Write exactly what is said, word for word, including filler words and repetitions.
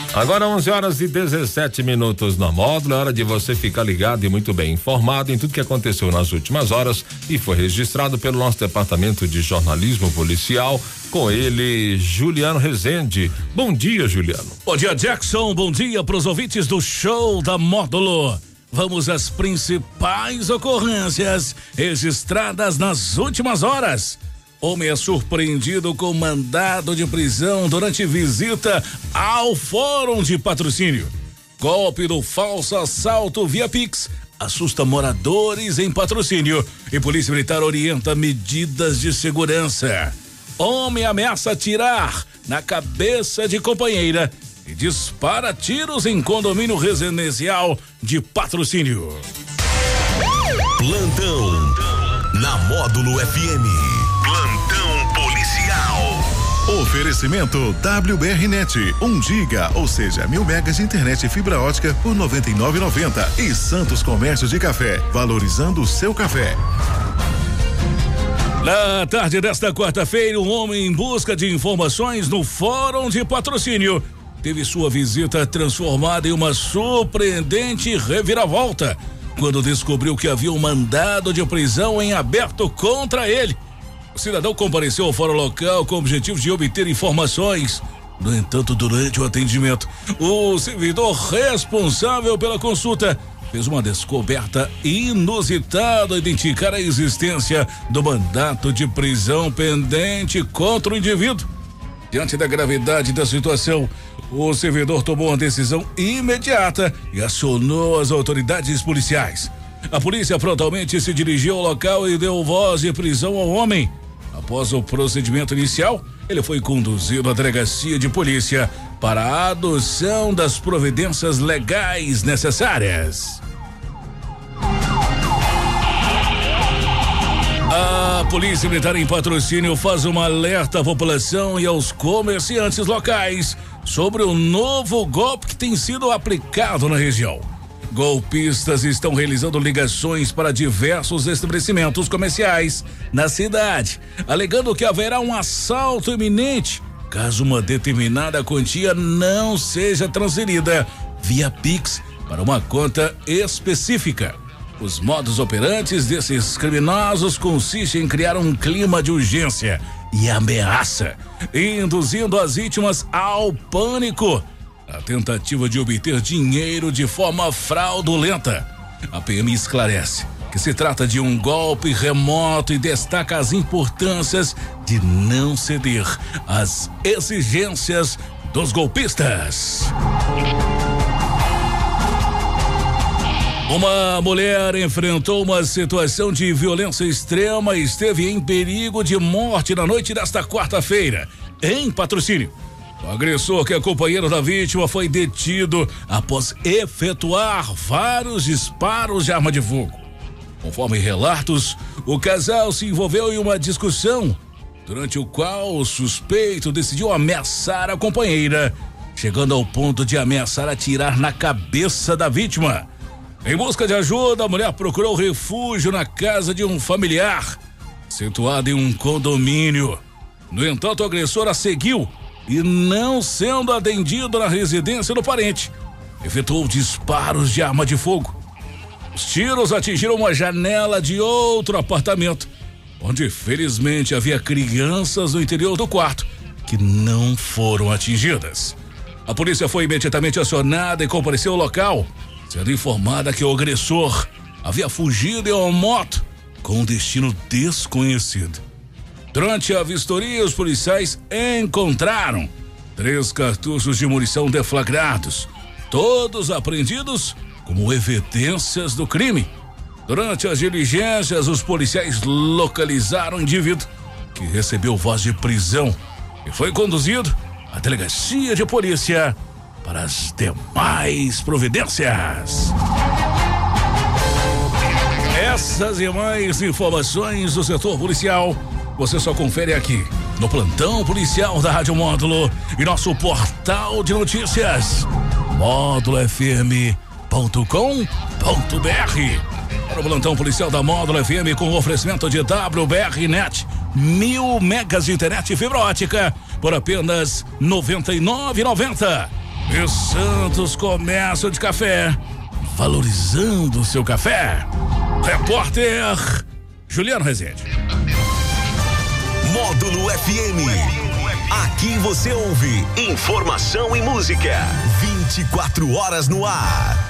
Agora onze horas e dezessete minutos na Módulo, é hora de você ficar ligado e muito bem informado em tudo que aconteceu nas últimas horas e foi registrado pelo nosso departamento de jornalismo policial, com ele, Juliano Rezende. Bom dia, Juliano. Bom dia, Jackson, bom dia para os ouvintes do show da Módulo. Vamos às principais ocorrências registradas nas últimas horas. Homem é surpreendido com mandado de prisão durante visita ao Fórum de Patrocínio. Golpe do falso assalto via Pix assusta moradores em Patrocínio e Polícia Militar orienta medidas de segurança. Homem ameaça atirar na cabeça de companheira e dispara tiros em condomínio residencial de Patrocínio. Plantão na Módulo F M. Plantão policial. Oferecimento W B R Net, um giga, ou seja, mil megas de internet e fibra ótica por noventa e nove reais e noventa centavos. E Santos Comércio de Café, valorizando o seu café. Na tarde desta quarta-feira, um homem em busca de informações no Fórum de Patrocínio teve sua visita transformada em uma surpreendente reviravolta quando descobriu que havia um mandado de prisão em aberto contra ele. O cidadão compareceu ao fórum local com o objetivo de obter informações. No entanto, durante o atendimento, o servidor responsável pela consulta fez uma descoberta inusitada ao identificar a existência do mandato de prisão pendente contra o indivíduo. Diante da gravidade da situação, o servidor tomou uma decisão imediata e acionou as autoridades policiais. A polícia prontamente se dirigiu ao local e deu voz de prisão ao homem. Após o procedimento inicial, ele foi conduzido à delegacia de polícia para a adoção das providências legais necessárias. A Polícia Militar em Patrocínio faz uma alerta à população e aos comerciantes locais sobre o novo golpe que tem sido aplicado na região. Golpistas estão realizando ligações para diversos estabelecimentos comerciais na cidade, alegando que haverá um assalto iminente caso uma determinada quantia não seja transferida via Pix para uma conta específica. Os modus operantes desses criminosos consistem em criar um clima de urgência e ameaça, induzindo as vítimas ao pânico. A tentativa de obter dinheiro de forma fraudulenta. A P M esclarece que se trata de um golpe remoto e destaca as importâncias de não ceder às exigências dos golpistas. Uma mulher enfrentou uma situação de violência extrema e esteve em perigo de morte na noite desta quarta-feira, em Patrocínio. O agressor, que é companheiro da vítima, foi detido após efetuar vários disparos de arma de fogo. Conforme relatos, o casal se envolveu em uma discussão, durante o qual o suspeito decidiu ameaçar a companheira, chegando ao ponto de ameaçar atirar na cabeça da vítima. Em busca de ajuda, a mulher procurou refúgio na casa de um familiar, situado em um condomínio. No entanto, o agressor a seguiu e, não sendo atendido na residência do parente, efetuou disparos de arma de fogo. Os tiros atingiram uma janela de outro apartamento, onde felizmente havia crianças no interior do quarto que não foram atingidas. A polícia foi imediatamente acionada e compareceu ao local, sendo informada que o agressor havia fugido em uma moto com um destino desconhecido. Durante a vistoria, os policiais encontraram três cartuchos de munição deflagrados, todos apreendidos como evidências do crime. Durante as diligências, os policiais localizaram o indivíduo, que recebeu voz de prisão e foi conduzido à delegacia de polícia para as demais providências. Essas e mais informações do setor policial você só confere aqui no Plantão Policial da Rádio Módulo e nosso portal de notícias módulo f m ponto com ponto b r. Para o Plantão Policial da Módulo F M com oferecimento de W B R Net, mil megas de internet e fibra ótica por apenas noventa e nove reais e noventa centavos. E Santos Comércio de Café, valorizando o seu café. Repórter Juliano Rezende. Módulo F M. Aqui você ouve informação e música. vinte e quatro horas no ar.